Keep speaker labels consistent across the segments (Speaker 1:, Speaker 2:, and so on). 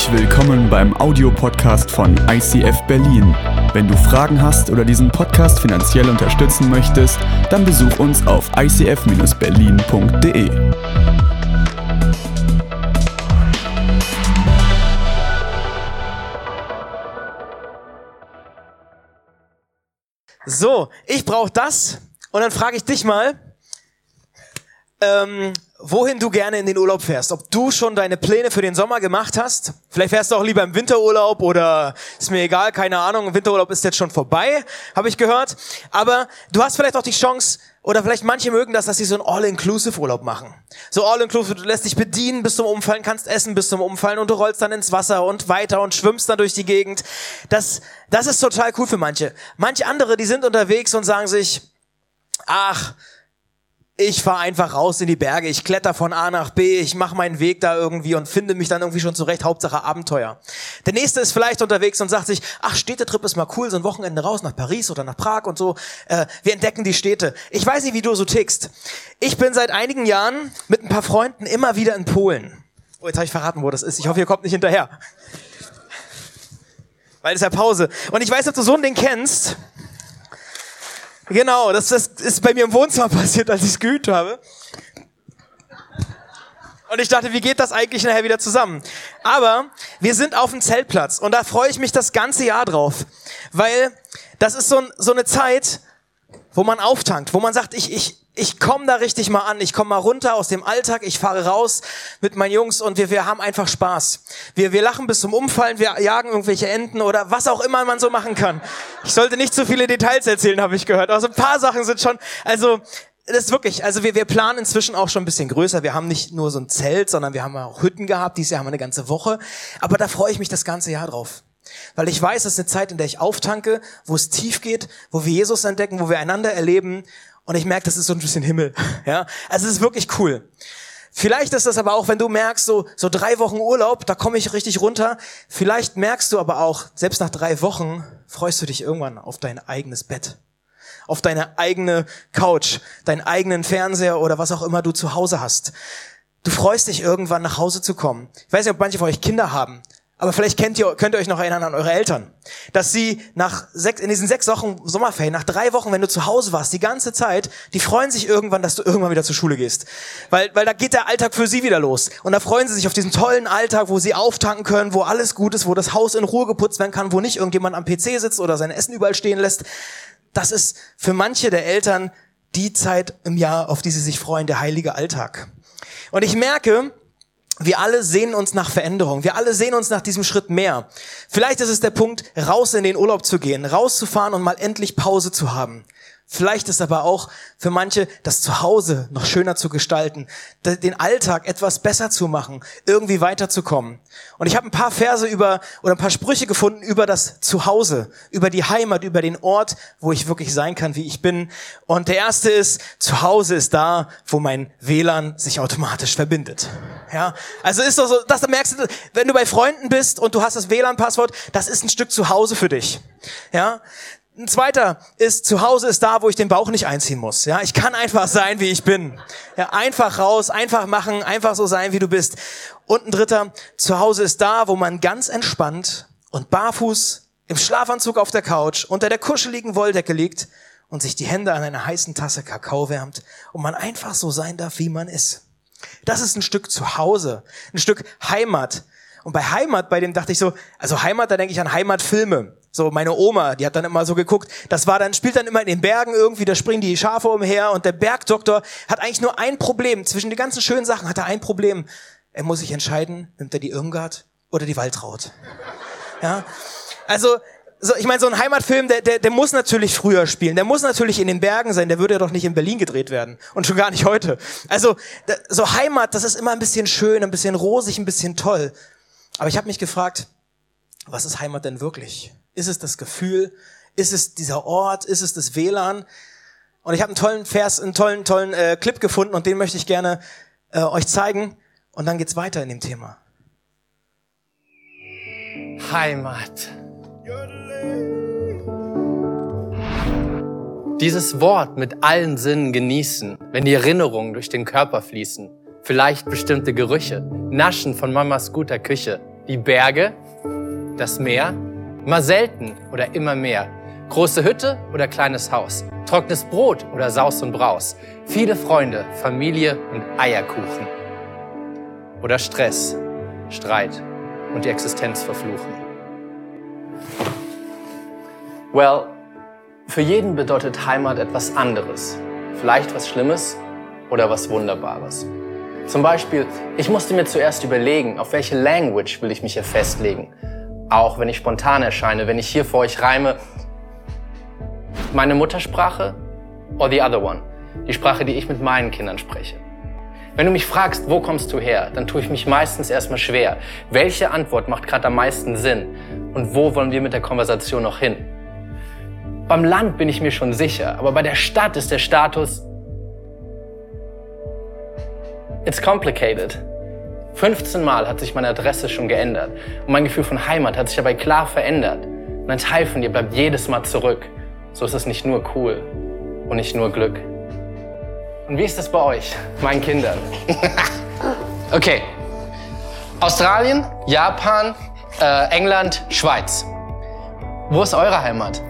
Speaker 1: Herzlich willkommen beim Audiopodcast von ICF Berlin. Wenn du Fragen hast oder diesen Podcast finanziell unterstützen möchtest, dann besuch uns auf icf-berlin.de.
Speaker 2: So, ich brauche das und dann frage ich dich mal, wohin du gerne in den Urlaub fährst. Ob du schon deine Pläne für den Sommer gemacht hast. Vielleicht fährst du auch lieber im Winterurlaub oder ist mir egal, keine Ahnung. Winterurlaub ist jetzt schon vorbei, habe ich gehört. Aber du hast vielleicht auch die Chance, oder vielleicht manche mögen das, dass sie so einen All-Inclusive-Urlaub machen. So All-Inclusive, du lässt dich bedienen bis zum Umfallen, kannst essen bis zum Umfallen und du rollst dann ins Wasser und weiter und schwimmst dann durch die Gegend. Das ist total cool für manche. Manche andere, die sind unterwegs und sagen sich, ach, ich fahre einfach raus in die Berge, ich kletter von A nach B, ich mache meinen Weg da irgendwie und finde mich dann irgendwie schon zurecht, Hauptsache Abenteuer. Der nächste ist vielleicht unterwegs und sagt sich, ach, Städtetrip ist mal cool, so ein Wochenende raus nach Paris oder nach Prag und so. Wir entdecken die Städte. Ich weiß nicht, wie du so tickst. Ich bin seit einigen Jahren mit ein paar Freunden immer wieder in Polen. Oh, jetzt habe ich verraten, wo das ist. Ich hoffe, ihr kommt nicht hinterher. Weil es ja Pause. Und ich weiß, ob du so ein Ding kennst. Genau, das ist bei mir im Wohnzimmer passiert, als ich es geübt habe. Und ich dachte, wie geht das eigentlich nachher wieder zusammen? Aber wir sind auf dem Zeltplatz und da freue ich mich das ganze Jahr drauf. Weil das ist so eine Zeit, wo man auftankt, wo man sagt, ich komme da richtig mal an, ich komme mal runter aus dem Alltag, ich fahre raus mit meinen Jungs und wir haben einfach Spaß. Wir lachen bis zum Umfallen, wir jagen irgendwelche Enten oder was auch immer man so machen kann. Ich sollte nicht zu viele Details erzählen, habe ich gehört. Also ein paar Sachen sind schon, also das ist wirklich, also wir planen inzwischen auch schon ein bisschen größer. Wir haben nicht nur so ein Zelt, sondern wir haben auch Hütten gehabt. Dieses Jahr haben wir eine ganze Woche. Aber da freue ich mich das ganze Jahr drauf. Weil ich weiß, es ist eine Zeit, in der ich auftanke, wo es tief geht, wo wir Jesus entdecken, wo wir einander erleben. Und ich merke, das ist so ein bisschen Himmel. Ja, also es ist wirklich cool. Vielleicht ist das aber auch, wenn du merkst, so 3 Wochen Urlaub, da komme ich richtig runter. Vielleicht merkst du aber auch, selbst nach 3 Wochen freust du dich irgendwann auf dein eigenes Bett. Auf deine eigene Couch, deinen eigenen Fernseher oder was auch immer du zu Hause hast. Du freust dich irgendwann nach Hause zu kommen. Ich weiß nicht, ob manche von euch Kinder haben. Aber vielleicht könnt ihr euch noch erinnern an eure Eltern, dass sie in diesen 6 Wochen Sommerferien, nach 3 Wochen, wenn du zu Hause warst, die ganze Zeit, die freuen sich irgendwann, dass du irgendwann wieder zur Schule gehst. Weil da geht der Alltag für sie wieder los. Und da freuen sie sich auf diesen tollen Alltag, wo sie auftanken können, wo alles gut ist, wo das Haus in Ruhe geputzt werden kann, wo nicht irgendjemand am PC sitzt oder sein Essen überall stehen lässt. Das ist für manche der Eltern die Zeit im Jahr, auf die sie sich freuen, der heilige Alltag. Und ich merke, wir alle sehnen uns nach Veränderung. Wir alle sehnen uns nach diesem Schritt mehr. Vielleicht ist es der Punkt, raus in den Urlaub zu gehen, rauszufahren und mal endlich Pause zu haben. Vielleicht ist aber auch für manche, das Zuhause noch schöner zu gestalten, den Alltag etwas besser zu machen, irgendwie weiterzukommen. Und ich habe ein paar Verse oder ein paar Sprüche gefunden über das Zuhause, über die Heimat, über den Ort, wo ich wirklich sein kann, wie ich bin. Und der erste ist, Zuhause ist da, wo mein WLAN sich automatisch verbindet. Ja, also ist doch so, das merkst du, wenn du bei Freunden bist und du hast das WLAN-Passwort, das ist ein Stück Zuhause für dich. Ja. Ein zweiter ist, Zuhause ist da, wo ich den Bauch nicht einziehen muss. Ja, ich kann einfach sein, wie ich bin. Ja, einfach raus, einfach machen, einfach so sein, wie du bist. Und ein dritter, Zuhause ist da, wo man ganz entspannt und barfuß im Schlafanzug auf der Couch unter der kuscheligen Wolldecke liegt und sich die Hände an einer heißen Tasse Kakao wärmt und man einfach so sein darf, wie man ist. Das ist ein Stück Zuhause, ein Stück Heimat. Und bei Heimat, bei dem dachte ich so, also Heimat, da denke ich an Heimatfilme. So, meine Oma, die hat dann immer so geguckt, spielt dann immer in den Bergen irgendwie, da springen die Schafe umher und der Bergdoktor hat eigentlich nur ein Problem. Zwischen den ganzen schönen Sachen hat er ein Problem. Er muss sich entscheiden, nimmt er die Irmgard oder die Waltraud. Ja, also, ich meine, so ein Heimatfilm, der muss natürlich früher spielen, der muss natürlich in den Bergen sein, der würde ja doch nicht in Berlin gedreht werden und schon gar nicht heute. Also, so Heimat, das ist immer ein bisschen schön, ein bisschen rosig, ein bisschen toll. Aber ich habe mich gefragt, was ist Heimat denn wirklich? Ist es das Gefühl? Ist es dieser Ort? Ist es das WLAN? Und ich habe einen tollen Clip gefunden und den möchte ich gerne euch zeigen. Und dann geht's weiter in dem Thema.
Speaker 3: Heimat. Dieses Wort mit allen Sinnen genießen, wenn die Erinnerungen durch den Körper fließen. Vielleicht bestimmte Gerüche, Naschen von Mamas guter Küche. Die Berge, das Meer, immer selten oder immer mehr. Große Hütte oder kleines Haus, trockenes Brot oder Saus und Braus. Viele Freunde, Familie und Eierkuchen. Oder Stress, Streit und die Existenz verfluchen. Well, für jeden bedeutet Heimat etwas anderes. Vielleicht was Schlimmes oder was Wunderbares. Zum Beispiel, ich musste mir zuerst überlegen, auf welche Language will ich mich hier festlegen. Auch wenn ich spontan erscheine, wenn ich hier vor euch reime, meine Muttersprache or the other one, die Sprache, die ich mit meinen Kindern spreche. Wenn du mich fragst, wo kommst du her, dann tue ich mich meistens erstmal schwer. Welche Antwort macht gerade am meisten Sinn? Und wo wollen wir mit der Konversation noch hin? Beim Land bin ich mir schon sicher, aber bei der Stadt ist der Status it's complicated. 15 Mal hat sich meine Adresse schon geändert und mein Gefühl von Heimat hat sich dabei klar verändert. Und ein Teil von dir bleibt jedes Mal zurück. So ist es nicht nur cool und nicht nur Glück. Und wie ist das bei euch, meinen Kindern? Okay. Australien, Japan, England, Schweiz. Wo ist eure Heimat?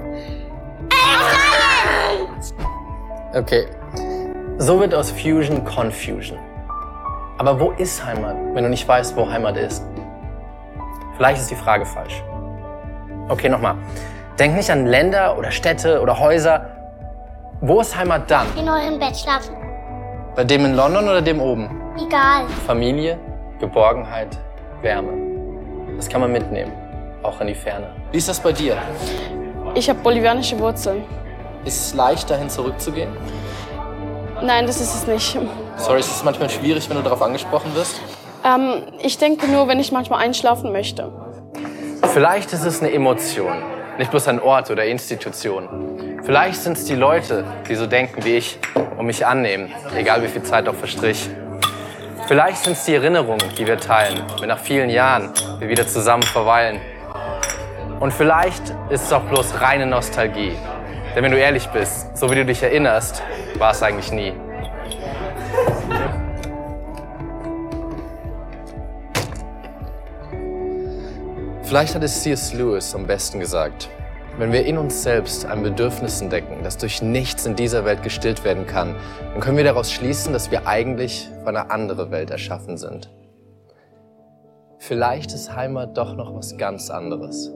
Speaker 3: Okay. So wird aus Fusion Confusion. Aber wo ist Heimat, wenn du nicht weißt, wo Heimat ist? Vielleicht ist die Frage falsch. Okay, nochmal. Denk nicht an Länder oder Städte oder Häuser. Wo ist Heimat dann?
Speaker 4: In eurem Bett schlafen.
Speaker 3: Bei dem in London oder dem oben?
Speaker 4: Egal.
Speaker 3: Familie, Geborgenheit, Wärme. Das kann man mitnehmen, auch in die Ferne. Wie ist das bei dir?
Speaker 5: Ich habe bolivianische Wurzeln.
Speaker 3: Ist es leicht, dahin zurückzugehen?
Speaker 5: Nein, das ist es nicht.
Speaker 3: Sorry, ist es manchmal schwierig, wenn du darauf angesprochen wirst?
Speaker 5: Ich denke nur, wenn ich manchmal einschlafen möchte.
Speaker 3: Vielleicht ist es eine Emotion, nicht bloß ein Ort oder Institution. Vielleicht sind es die Leute, die so denken wie ich und mich annehmen, egal wie viel Zeit auch verstrich. Vielleicht sind es die Erinnerungen, die wir teilen, wenn nach vielen Jahren wir wieder zusammen verweilen. Und vielleicht ist es auch bloß reine Nostalgie. Denn wenn du ehrlich bist, so wie du dich erinnerst, war es eigentlich nie. Vielleicht hat es C.S. Lewis am besten gesagt. Wenn wir in uns selbst ein Bedürfnis entdecken, das durch nichts in dieser Welt gestillt werden kann, dann können wir daraus schließen, dass wir eigentlich für eine andere Welt erschaffen sind. Vielleicht ist Heimat doch noch was ganz anderes.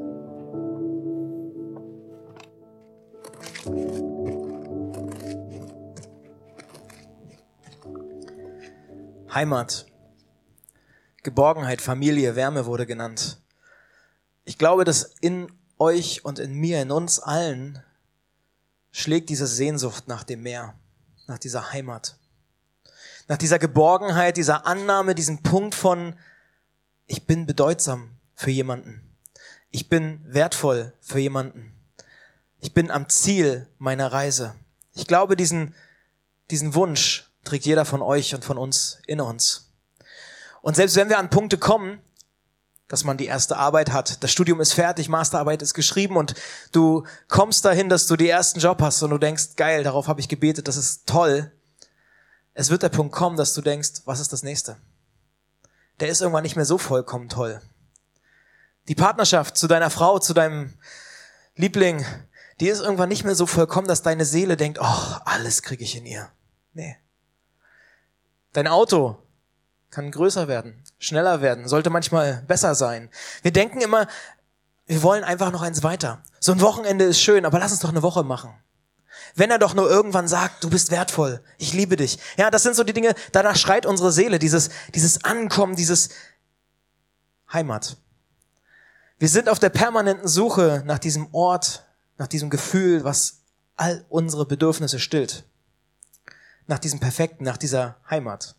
Speaker 2: Heimat, Geborgenheit, Familie, Wärme wurde genannt. Ich glaube, dass in euch und in mir, in uns allen, schlägt diese Sehnsucht nach dem Meer, nach dieser Heimat, nach dieser Geborgenheit, dieser Annahme, diesem Punkt von, ich bin bedeutsam für jemanden, ich bin wertvoll für jemanden, ich bin am Ziel meiner Reise. Ich glaube, diesen Wunsch trägt jeder von euch und von uns in uns. Und selbst wenn wir an Punkte kommen, dass man die erste Arbeit hat, das Studium ist fertig, Masterarbeit ist geschrieben und du kommst dahin, dass du die ersten Job hast und du denkst, geil, darauf habe ich gebetet, das ist toll. Es wird der Punkt kommen, dass du denkst, was ist das Nächste? Der ist irgendwann nicht mehr so vollkommen toll. Die Partnerschaft zu deiner Frau, zu deinem Liebling, die ist irgendwann nicht mehr so vollkommen, dass deine Seele denkt, oh, alles kriege ich in ihr. Nee. Dein Auto kann größer werden, schneller werden, sollte manchmal besser sein. Wir denken immer, wir wollen einfach noch eins weiter. So ein Wochenende ist schön, aber lass uns doch eine Woche machen. Wenn er doch nur irgendwann sagt, du bist wertvoll, ich liebe dich. Ja, das sind so die Dinge, danach schreit unsere Seele, dieses Ankommen, dieses Heimat. Wir sind auf der permanenten Suche nach diesem Ort, nach diesem Gefühl, was all unsere Bedürfnisse stillt. Nach diesem Perfekten, nach dieser Heimat.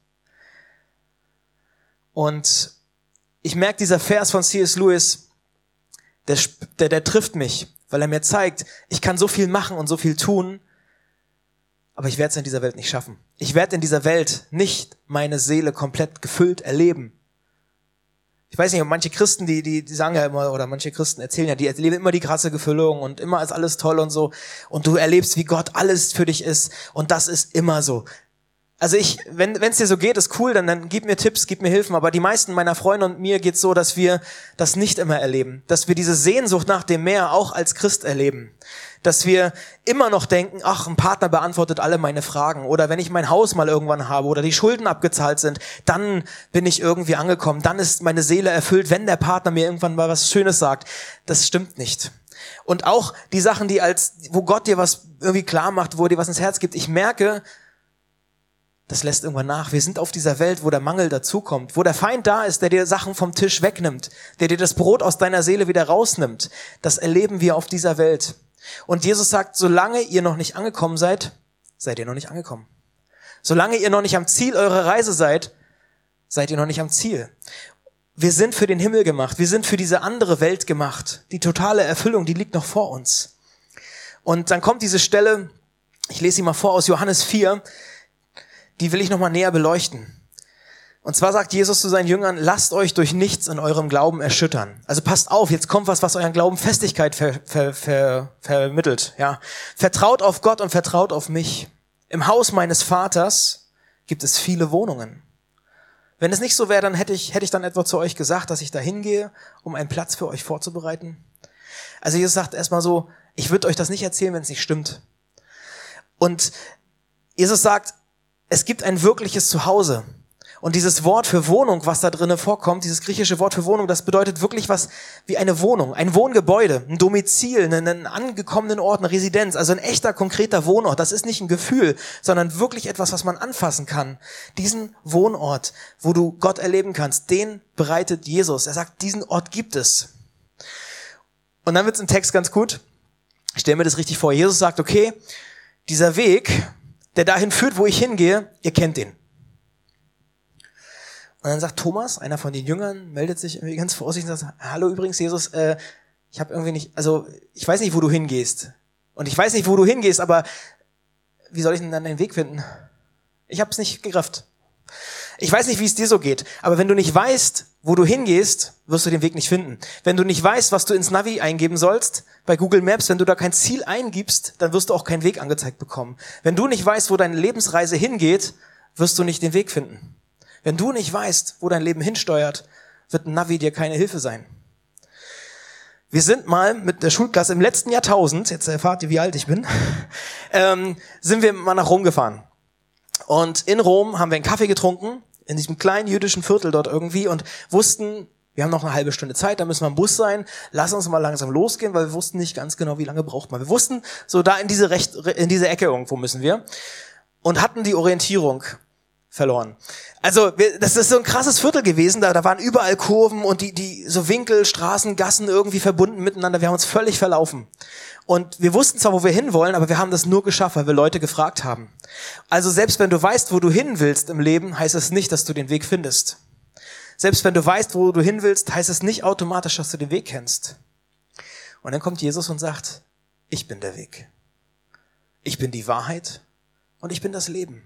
Speaker 2: Und ich merke, dieser Vers von C.S. Lewis, der trifft mich, weil er mir zeigt, ich kann so viel machen und so viel tun, aber ich werde es in dieser Welt nicht schaffen. Ich werde in dieser Welt nicht meine Seele komplett gefüllt erleben. Ich weiß nicht, manche Christen, die sagen ja immer, oder manche Christen erzählen ja, die erleben immer die krasse Gefüllung und immer ist alles toll und so. Und du erlebst, wie Gott alles für dich ist. Und das ist immer so. Also wenn es dir so geht, ist cool, dann gib mir Tipps, gib mir Hilfen. Aber die meisten meiner Freunde und mir geht's so, dass wir das nicht immer erleben. Dass wir diese Sehnsucht nach dem Meer auch als Christ erleben. Dass wir immer noch denken, ach, ein Partner beantwortet alle meine Fragen. Oder wenn ich mein Haus mal irgendwann habe oder die Schulden abgezahlt sind, dann bin ich irgendwie angekommen. Dann ist meine Seele erfüllt, wenn der Partner mir irgendwann mal was Schönes sagt. Das stimmt nicht. Und auch die Sachen, wo Gott dir was irgendwie klar macht, wo er dir was ins Herz gibt. Ich merke, das lässt irgendwann nach. Wir sind auf dieser Welt, wo der Mangel dazukommt, wo der Feind da ist, der dir Sachen vom Tisch wegnimmt, der dir das Brot aus deiner Seele wieder rausnimmt. Das erleben wir auf dieser Welt. Und Jesus sagt, solange ihr noch nicht angekommen seid, seid ihr noch nicht angekommen. Solange ihr noch nicht am Ziel eurer Reise seid, seid ihr noch nicht am Ziel. Wir sind für den Himmel gemacht. Wir sind für diese andere Welt gemacht. Die totale Erfüllung, die liegt noch vor uns. Und dann kommt diese Stelle, ich lese sie mal vor aus Johannes 4, die will ich nochmal näher beleuchten. Und zwar sagt Jesus zu seinen Jüngern, lasst euch durch nichts in eurem Glauben erschüttern. Also passt auf, jetzt kommt was euren Glauben Festigkeit vermittelt. Ja. Vertraut auf Gott und vertraut auf mich. Im Haus meines Vaters gibt es viele Wohnungen. Wenn es nicht so wäre, dann hätte ich dann etwa zu euch gesagt, dass ich da hingehe, um einen Platz für euch vorzubereiten. Also Jesus sagt erstmal so, ich würde euch das nicht erzählen, wenn es nicht stimmt. Und Jesus sagt, es gibt ein wirkliches Zuhause. Und dieses Wort für Wohnung, was da drinnen vorkommt, dieses griechische Wort für Wohnung, das bedeutet wirklich was wie eine Wohnung, ein Wohngebäude, ein Domizil, einen angekommenen Ort, eine Residenz, also ein echter, konkreter Wohnort. Das ist nicht ein Gefühl, sondern wirklich etwas, was man anfassen kann. Diesen Wohnort, wo du Gott erleben kannst, den bereitet Jesus. Er sagt, diesen Ort gibt es. Und dann wird es im Text ganz gut. Ich stelle mir das richtig vor. Jesus sagt, okay, dieser Weg, der dahin führt, wo ich hingehe, ihr kennt den. Und dann sagt Thomas, einer von den Jüngern, meldet sich irgendwie ganz vorsichtig und sagt, hallo übrigens Jesus, ich habe irgendwie nicht, also ich weiß nicht, wo du hingehst. Und ich weiß nicht, wo du hingehst, aber wie soll ich denn dann den Weg finden? Ich habe es nicht gerafft. Ich weiß nicht, wie es dir so geht, aber wenn du nicht weißt, wo du hingehst, wirst du den Weg nicht finden. Wenn du nicht weißt, was du ins Navi eingeben sollst, bei Google Maps, wenn du da kein Ziel eingibst, dann wirst du auch keinen Weg angezeigt bekommen. Wenn du nicht weißt, wo deine Lebensreise hingeht, wirst du nicht den Weg finden. Wenn du nicht weißt, wo dein Leben hinsteuert, wird ein Navi dir keine Hilfe sein. Wir sind mal mit der Schulklasse im letzten Jahrtausend, jetzt erfahrt ihr, wie alt ich bin, sind wir mal nach Rom gefahren. Und in Rom haben wir einen Kaffee getrunken, in diesem kleinen jüdischen Viertel dort irgendwie und wussten, wir haben noch eine halbe Stunde Zeit, da müssen wir am Bus sein, lass uns mal langsam losgehen, weil wir wussten nicht ganz genau, wie lange braucht man. Wir wussten, so da in diese Ecke irgendwo müssen wir und hatten die Orientierung verloren. Also das ist so ein krasses Viertel gewesen, da waren überall Kurven und die so Winkel, Straßen, Gassen irgendwie verbunden miteinander. Wir haben uns völlig verlaufen. Und wir wussten zwar, wo wir hinwollen, aber wir haben das nur geschafft, weil wir Leute gefragt haben. Also selbst wenn du weißt, wo du hin willst im Leben, heißt es nicht, dass du den Weg findest. Selbst wenn du weißt, wo du hin willst, heißt es nicht automatisch, dass du den Weg kennst. Und dann kommt Jesus und sagt, ich bin der Weg. Ich bin die Wahrheit und ich bin das Leben.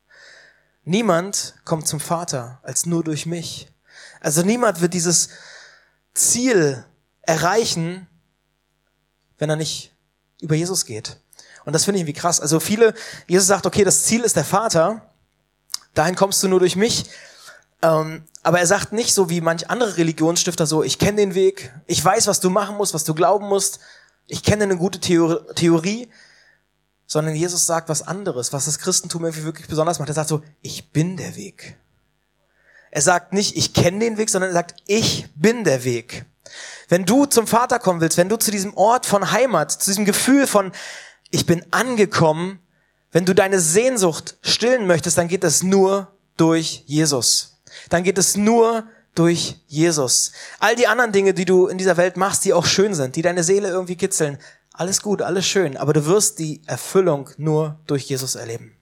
Speaker 2: Niemand kommt zum Vater als nur durch mich. Also niemand wird dieses Ziel erreichen, wenn er nicht über Jesus geht. Und das finde ich irgendwie krass. Also Jesus sagt, okay, das Ziel ist der Vater, dahin kommst du nur durch mich. Aber er sagt nicht so wie manch andere Religionsstifter so, ich kenne den Weg, ich weiß, was du machen musst, was du glauben musst, ich kenne eine gute Theorie, sondern Jesus sagt was anderes, was das Christentum irgendwie wirklich besonders macht. Er sagt so, ich bin der Weg. Er sagt nicht, ich kenne den Weg, sondern er sagt, ich bin der Weg. Wenn du zum Vater kommen willst, wenn du zu diesem Ort von Heimat, zu diesem Gefühl von, ich bin angekommen, wenn du deine Sehnsucht stillen möchtest, dann geht das nur durch Jesus. Dann geht es nur durch Jesus. All die anderen Dinge, die du in dieser Welt machst, die auch schön sind, die deine Seele irgendwie kitzeln, alles gut, alles schön, aber du wirst die Erfüllung nur durch Jesus erleben.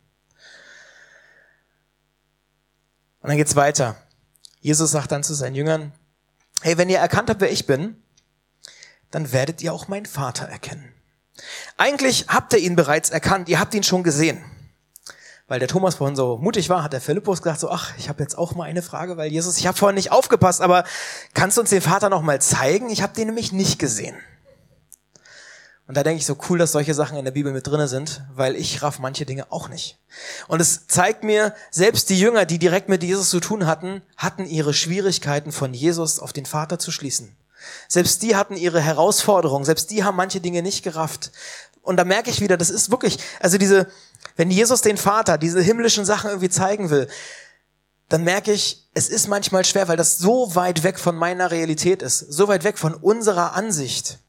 Speaker 2: Und dann geht's weiter. Jesus sagt dann zu seinen Jüngern, hey, wenn ihr erkannt habt, wer ich bin, dann werdet ihr auch meinen Vater erkennen. Eigentlich habt ihr ihn bereits erkannt, ihr habt ihn schon gesehen. Weil der Thomas vorhin so mutig war, hat der Philippus gesagt so, ach, ich habe jetzt auch mal eine Frage, weil Jesus, ich habe vorhin nicht aufgepasst, aber kannst du uns den Vater noch mal zeigen? Ich habe den nämlich nicht gesehen. Und da denke ich so, cool, dass solche Sachen in der Bibel mit drinne sind, weil ich raff manche Dinge auch nicht. Und es zeigt mir, selbst die Jünger, die direkt mit Jesus zu tun hatten, hatten ihre Schwierigkeiten, von Jesus auf den Vater zu schließen. Selbst die hatten ihre Herausforderungen, selbst die haben manche Dinge nicht gerafft. Und da merke ich wieder, das ist wirklich, also wenn Jesus den Vater, diese himmlischen Sachen irgendwie zeigen will, dann merke ich, es ist manchmal schwer, weil das so weit weg von meiner Realität ist, so weit weg von unserer Ansicht.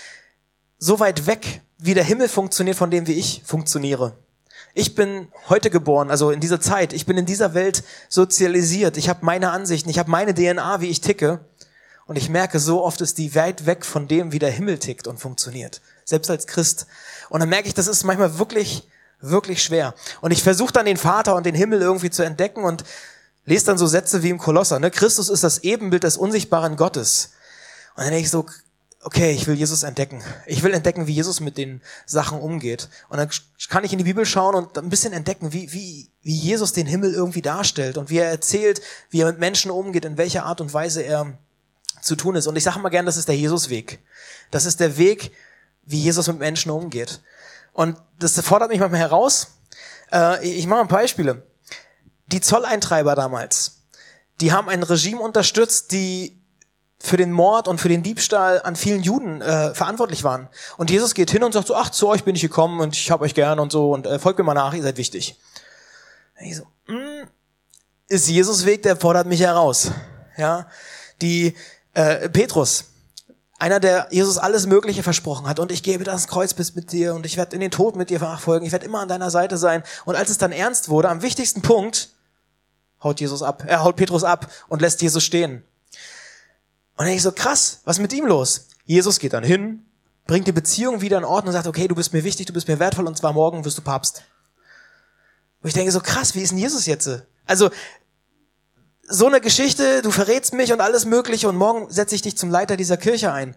Speaker 2: So weit weg, wie der Himmel funktioniert, von dem, wie ich funktioniere. Ich bin heute geboren, also in dieser Zeit. Ich bin in dieser Welt sozialisiert. Ich habe meine Ansichten, ich habe meine DNA, wie ich ticke. Und ich merke, so oft ist die weit weg von dem, wie der Himmel tickt und funktioniert. Selbst als Christ. Und dann merke ich, das ist manchmal wirklich, wirklich schwer. Und ich versuche dann den Vater und den Himmel irgendwie zu entdecken und lese dann so Sätze wie im Kolosser. Ne? Christus ist das Ebenbild des unsichtbaren Gottes. Und dann denke ich so, okay, ich will Jesus entdecken. Ich will entdecken, wie Jesus mit den Sachen umgeht. Und dann kann ich in die Bibel schauen und ein bisschen entdecken, wie Jesus den Himmel irgendwie darstellt und wie er erzählt, wie er mit Menschen umgeht, in welcher Art und Weise er zu tun ist. Und ich sage mal gern, das ist der Jesusweg. Das ist der Weg, wie Jesus mit Menschen umgeht. Und das fordert mich manchmal heraus. Ich mache ein paar Beispiele. Die Zolleintreiber damals, die haben ein Regime unterstützt, die für den Mord und für den Diebstahl an vielen Juden verantwortlich waren. Und Jesus geht hin und sagt so, ach, zu euch bin ich gekommen und ich hab euch gern und so und folgt mir mal nach, ihr seid wichtig. Und ich so, ist Jesus Weg, der fordert mich heraus. Ja, Petrus, einer, der Jesus alles Mögliche versprochen hat und ich gebe das Kreuz bis mit dir und ich werde in den Tod mit dir nachfolgen, ich werde immer an deiner Seite sein. Und als es dann ernst wurde, am wichtigsten Punkt, haut Petrus ab und lässt Jesus stehen. Und dann denke ich so, krass, was ist mit ihm los? Jesus geht dann hin, bringt die Beziehung wieder in Ordnung und sagt, okay, du bist mir wichtig, du bist mir wertvoll und zwar morgen wirst du Papst. Und ich denke so, krass, wie ist denn Jesus jetzt? Also, so eine Geschichte, du verrätst mich und alles Mögliche und morgen setze ich dich zum Leiter dieser Kirche ein.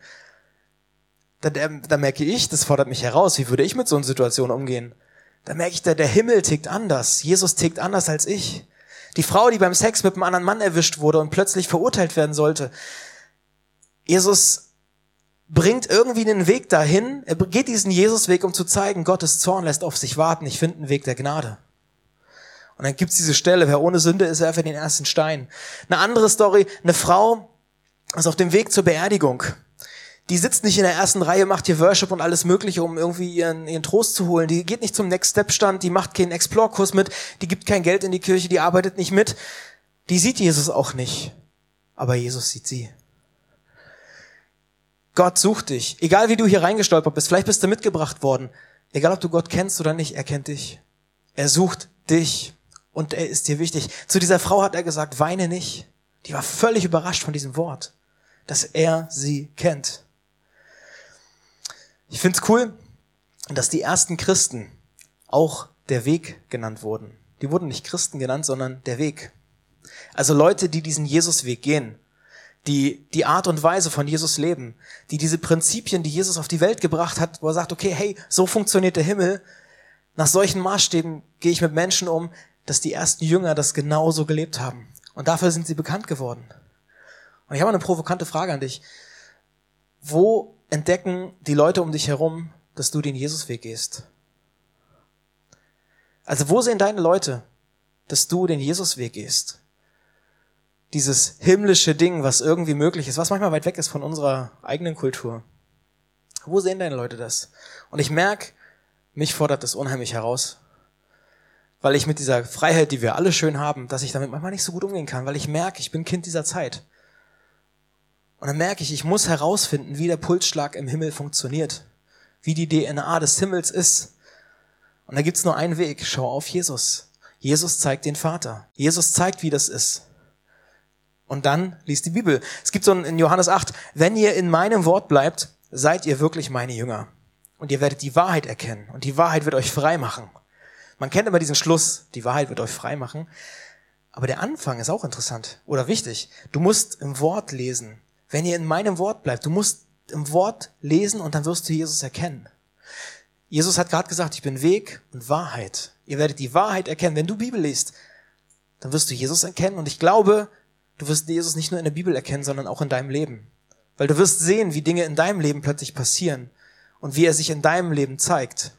Speaker 2: Da merke ich, das fordert mich heraus, wie würde ich mit so einer Situation umgehen? Da merke ich, der Himmel tickt anders, Jesus tickt anders als ich. Die Frau, die beim Sex mit einem anderen Mann erwischt wurde und plötzlich verurteilt werden sollte, Jesus bringt irgendwie einen Weg dahin, er geht diesen Jesusweg, um zu zeigen, Gottes Zorn lässt auf sich warten, ich finde einen Weg der Gnade. Und dann gibt's diese Stelle, wer ohne Sünde ist, werfe den ersten Stein. Eine andere Story, eine Frau ist auf dem Weg zur Beerdigung. Die sitzt nicht in der ersten Reihe, macht hier Worship und alles Mögliche, um irgendwie ihren Trost zu holen. Die geht nicht zum Next-Step-Stand, die macht keinen Explore-Kurs mit, die gibt kein Geld in die Kirche, die arbeitet nicht mit. Die sieht Jesus auch nicht, aber Jesus sieht sie. Gott sucht dich. Egal wie du hier reingestolpert bist, vielleicht bist du mitgebracht worden. Egal ob du Gott kennst oder nicht, er kennt dich. Er sucht dich und er ist dir wichtig. Zu dieser Frau hat er gesagt, weine nicht. Die war völlig überrascht von diesem Wort, dass er sie kennt. Ich find's cool, dass die ersten Christen auch der Weg genannt wurden. Die wurden nicht Christen genannt, sondern der Weg. Also Leute, die diesen Jesusweg gehen. Die Art und Weise von Jesus leben, die diese Prinzipien, die Jesus auf die Welt gebracht hat, wo er sagt, okay, hey, so funktioniert der Himmel, nach solchen Maßstäben gehe ich mit Menschen um, dass die ersten Jünger das genauso gelebt haben. Und dafür sind sie bekannt geworden. Und ich habe eine provokante Frage an dich. Wo entdecken die Leute um dich herum, dass du den Jesusweg gehst? Also wo sehen deine Leute, dass du den Jesusweg gehst? Dieses himmlische Ding, was irgendwie möglich ist, was manchmal weit weg ist von unserer eigenen Kultur. Wo sehen deine Leute das? Und ich merke, mich fordert das unheimlich heraus. Weil ich mit dieser Freiheit, die wir alle schön haben, dass ich damit manchmal nicht so gut umgehen kann, weil ich merke, ich bin Kind dieser Zeit. Und dann merke ich muss herausfinden, wie der Pulsschlag im Himmel funktioniert, wie die DNA des Himmels ist. Und da gibt's nur einen Weg, schau auf Jesus. Jesus zeigt den Vater. Jesus zeigt, wie das ist. Und dann liest die Bibel. Es gibt so in Johannes 8, wenn ihr in meinem Wort bleibt, seid ihr wirklich meine Jünger. Und ihr werdet die Wahrheit erkennen. Und die Wahrheit wird euch frei machen. Man kennt immer diesen Schluss, die Wahrheit wird euch frei machen. Aber der Anfang ist auch interessant oder wichtig. Du musst im Wort lesen. Wenn ihr in meinem Wort bleibt, du musst im Wort lesen und dann wirst du Jesus erkennen. Jesus hat gerade gesagt, ich bin Weg und Wahrheit. Ihr werdet die Wahrheit erkennen. Wenn du Bibel liest, dann wirst du Jesus erkennen. Und ich glaube, du wirst Jesus nicht nur in der Bibel erkennen, sondern auch in deinem Leben. Weil du wirst sehen, wie Dinge in deinem Leben plötzlich passieren. und wie er sich in deinem Leben zeigt.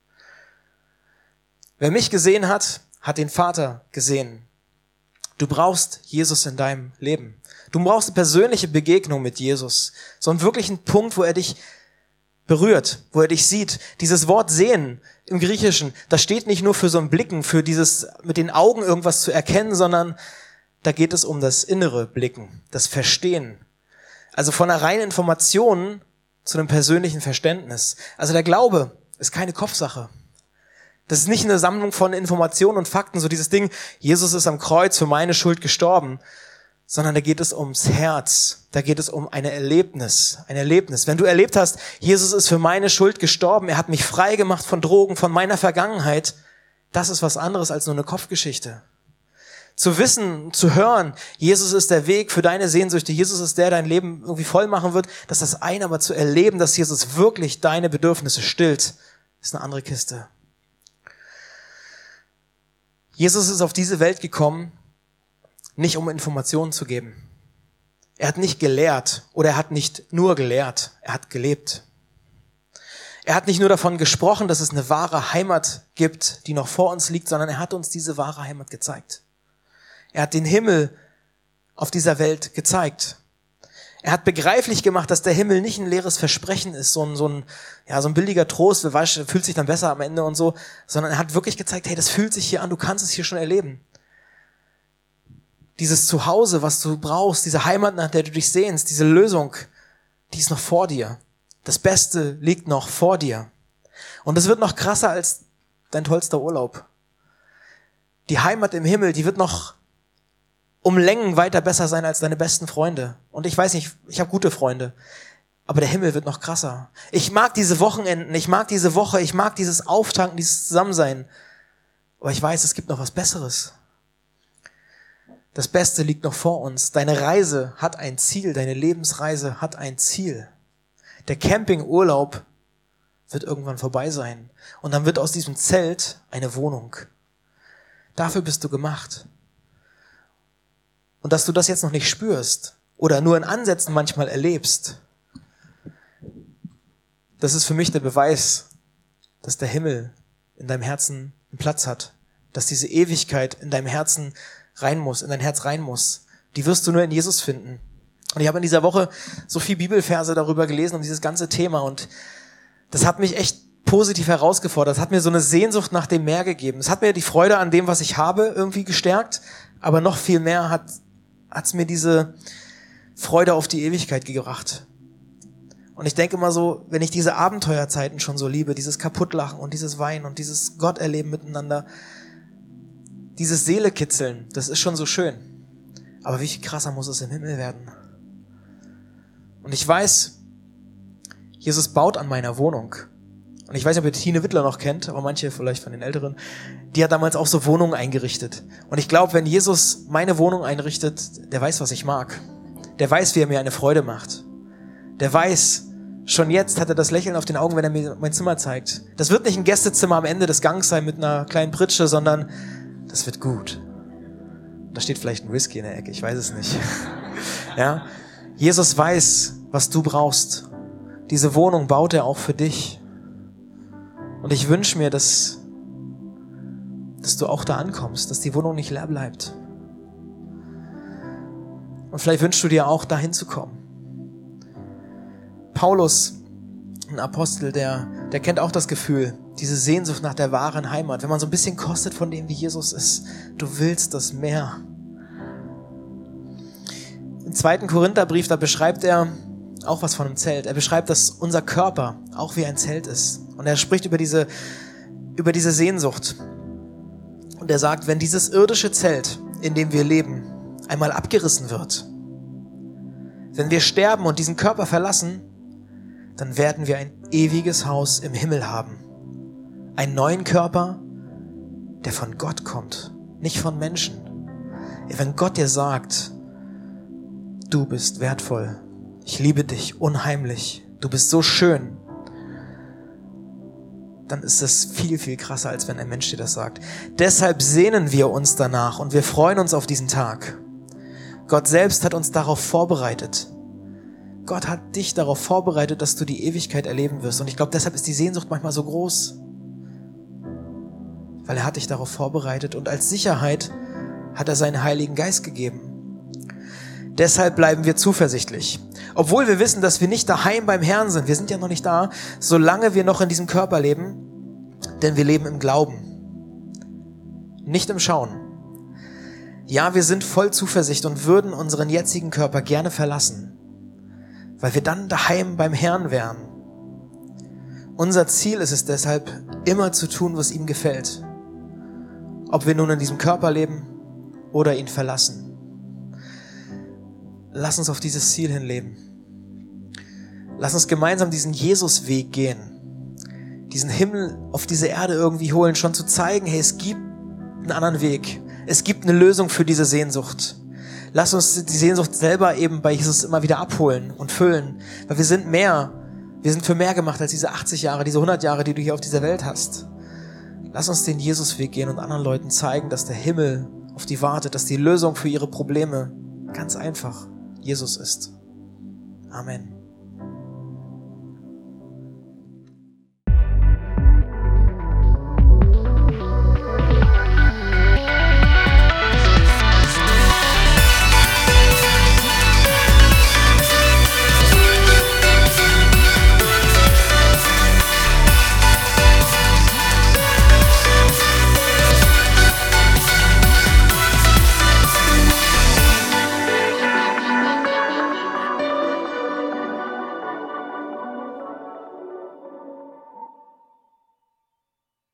Speaker 2: Wer mich gesehen hat, hat den Vater gesehen. Du brauchst Jesus in deinem Leben. Du brauchst eine persönliche Begegnung mit Jesus. So einen wirklichen Punkt, wo er dich berührt, wo er dich sieht. Dieses Wort sehen im Griechischen, das steht nicht nur für so ein Blicken, für dieses mit den Augen irgendwas zu erkennen, sondern da geht es um das innere Blicken, das Verstehen. Also von einer reinen Information zu einem persönlichen Verständnis. Also der Glaube ist keine Kopfsache. Das ist nicht eine Sammlung von Informationen und Fakten, so dieses Ding, Jesus ist am Kreuz für meine Schuld gestorben, sondern da geht es ums Herz, da geht es um ein Erlebnis. Wenn du erlebt hast, Jesus ist für meine Schuld gestorben, er hat mich frei gemacht von Drogen, von meiner Vergangenheit, das ist was anderes als nur eine Kopfgeschichte. Zu wissen, zu hören, Jesus ist der Weg für deine Sehnsüchte, Jesus ist der dein Leben irgendwie voll machen wird, das ist das eine, aber zu erleben, dass Jesus wirklich deine Bedürfnisse stillt, ist eine andere Kiste. Jesus ist auf diese Welt gekommen, nicht um Informationen zu geben. Er hat nicht gelehrt oder er hat nicht nur gelehrt, er hat gelebt. Er hat nicht nur davon gesprochen, dass es eine wahre Heimat gibt, die noch vor uns liegt, sondern er hat uns diese wahre Heimat gezeigt. Er hat den Himmel auf dieser Welt gezeigt. Er hat begreiflich gemacht, dass der Himmel nicht ein leeres Versprechen ist, so ein billiger Trost, wer weiß, fühlt sich dann besser am Ende und so, sondern er hat wirklich gezeigt, hey, das fühlt sich hier an, du kannst es hier schon erleben. Dieses Zuhause, was du brauchst, diese Heimat, nach der du dich sehnst, diese Lösung, die ist noch vor dir. Das Beste liegt noch vor dir. Und es wird noch krasser als dein tollster Urlaub. Die Heimat im Himmel, die wird noch um Längen weiter besser sein als deine besten Freunde. Und ich weiß nicht, ich habe gute Freunde, aber der Himmel wird noch krasser. Ich mag diese Wochenenden, ich mag diese Woche, ich mag dieses Auftanken, dieses Zusammensein. Aber ich weiß, es gibt noch was Besseres. Das Beste liegt noch vor uns. Deine Reise hat ein Ziel, deine Lebensreise hat ein Ziel. Der Campingurlaub wird irgendwann vorbei sein. Und dann wird aus diesem Zelt eine Wohnung. Dafür bist du gemacht. Und dass du das jetzt noch nicht spürst oder nur in Ansätzen manchmal erlebst, das ist für mich der Beweis, dass der Himmel in deinem Herzen einen Platz hat. Dass diese Ewigkeit in deinem Herzen rein muss, in dein Herz rein muss. Die wirst du nur in Jesus finden. Und ich habe in dieser Woche so viel Bibelverse darüber gelesen, um dieses ganze Thema. Und das hat mich echt positiv herausgefordert. Das hat mir so eine Sehnsucht nach dem Meer gegeben. Es hat mir die Freude an dem, was ich habe, irgendwie gestärkt. Aber noch viel mehr hat's mir diese Freude auf die Ewigkeit gebracht. Und ich denke immer so, wenn ich diese Abenteuerzeiten schon so liebe, dieses Kaputtlachen und dieses Weinen und dieses Gotterleben miteinander, dieses Seelekitzeln, das ist schon so schön. Aber wie viel krasser muss es im Himmel werden? Und ich weiß, Jesus baut an meiner Wohnung. Und ich weiß nicht, ob ihr Tine Wittler noch kennt, aber manche vielleicht von den Älteren, die hat damals auch so Wohnungen eingerichtet. Und ich glaube, wenn Jesus meine Wohnung einrichtet, der weiß, was ich mag. Der weiß, wie er mir eine Freude macht. Der weiß, schon jetzt hat er das Lächeln auf den Augen, wenn er mir mein Zimmer zeigt. Das wird nicht ein Gästezimmer am Ende des Gangs sein mit einer kleinen Pritsche, sondern das wird gut. Da steht vielleicht ein Whisky in der Ecke, ich weiß es nicht. Ja? Jesus weiß, was du brauchst. Diese Wohnung baut er auch für dich. Und ich wünsche mir, dass du auch da ankommst, dass die Wohnung nicht leer bleibt. Und vielleicht wünschst du dir auch, dahin zu kommen. Paulus, ein Apostel, der kennt auch das Gefühl, diese Sehnsucht nach der wahren Heimat. Wenn man so ein bisschen kostet von dem, wie Jesus ist, du willst das Meer. Im 2. Korintherbrief, da beschreibt er auch was von einem Zelt. Er beschreibt, dass unser Körper auch wie ein Zelt ist. Und er spricht über diese Sehnsucht. Und er sagt, wenn dieses irdische Zelt, in dem wir leben, einmal abgerissen wird, wenn wir sterben und diesen Körper verlassen, dann werden wir ein ewiges Haus im Himmel haben. Einen neuen Körper, der von Gott kommt, nicht von Menschen. Wenn Gott dir sagt, du bist wertvoll, ich liebe dich unheimlich, du bist so schön, dann ist das viel, viel krasser, als wenn ein Mensch dir das sagt. Deshalb sehnen wir uns danach und wir freuen uns auf diesen Tag. Gott selbst hat uns darauf vorbereitet. Gott hat dich darauf vorbereitet, dass du die Ewigkeit erleben wirst. Und ich glaube, deshalb ist die Sehnsucht manchmal so groß. Weil er hat dich darauf vorbereitet und als Sicherheit hat er seinen Heiligen Geist gegeben. Deshalb bleiben wir zuversichtlich. Obwohl wir wissen, dass wir nicht daheim beim Herrn sind. Wir sind ja noch nicht da, solange wir noch in diesem Körper leben. Denn wir leben im Glauben. Nicht im Schauen. Ja, wir sind voll Zuversicht und würden unseren jetzigen Körper gerne verlassen. Weil wir dann daheim beim Herrn wären. Unser Ziel ist es deshalb, immer zu tun, was ihm gefällt. Ob wir nun in diesem Körper leben oder ihn verlassen. Lass uns auf dieses Ziel hinleben. Lass uns gemeinsam diesen Jesus-Weg gehen. Diesen Himmel auf diese Erde irgendwie holen, schon zu zeigen, hey, es gibt einen anderen Weg. Es gibt eine Lösung für diese Sehnsucht. Lass uns die Sehnsucht selber eben bei Jesus immer wieder abholen und füllen. Weil wir sind mehr. Wir sind für mehr gemacht als diese 80 Jahre, diese 100 Jahre, die du hier auf dieser Welt hast. Lass uns den Jesus-Weg gehen und anderen Leuten zeigen, dass der Himmel auf die wartet, dass die Lösung für ihre Probleme ganz einfach Jesus ist. Amen.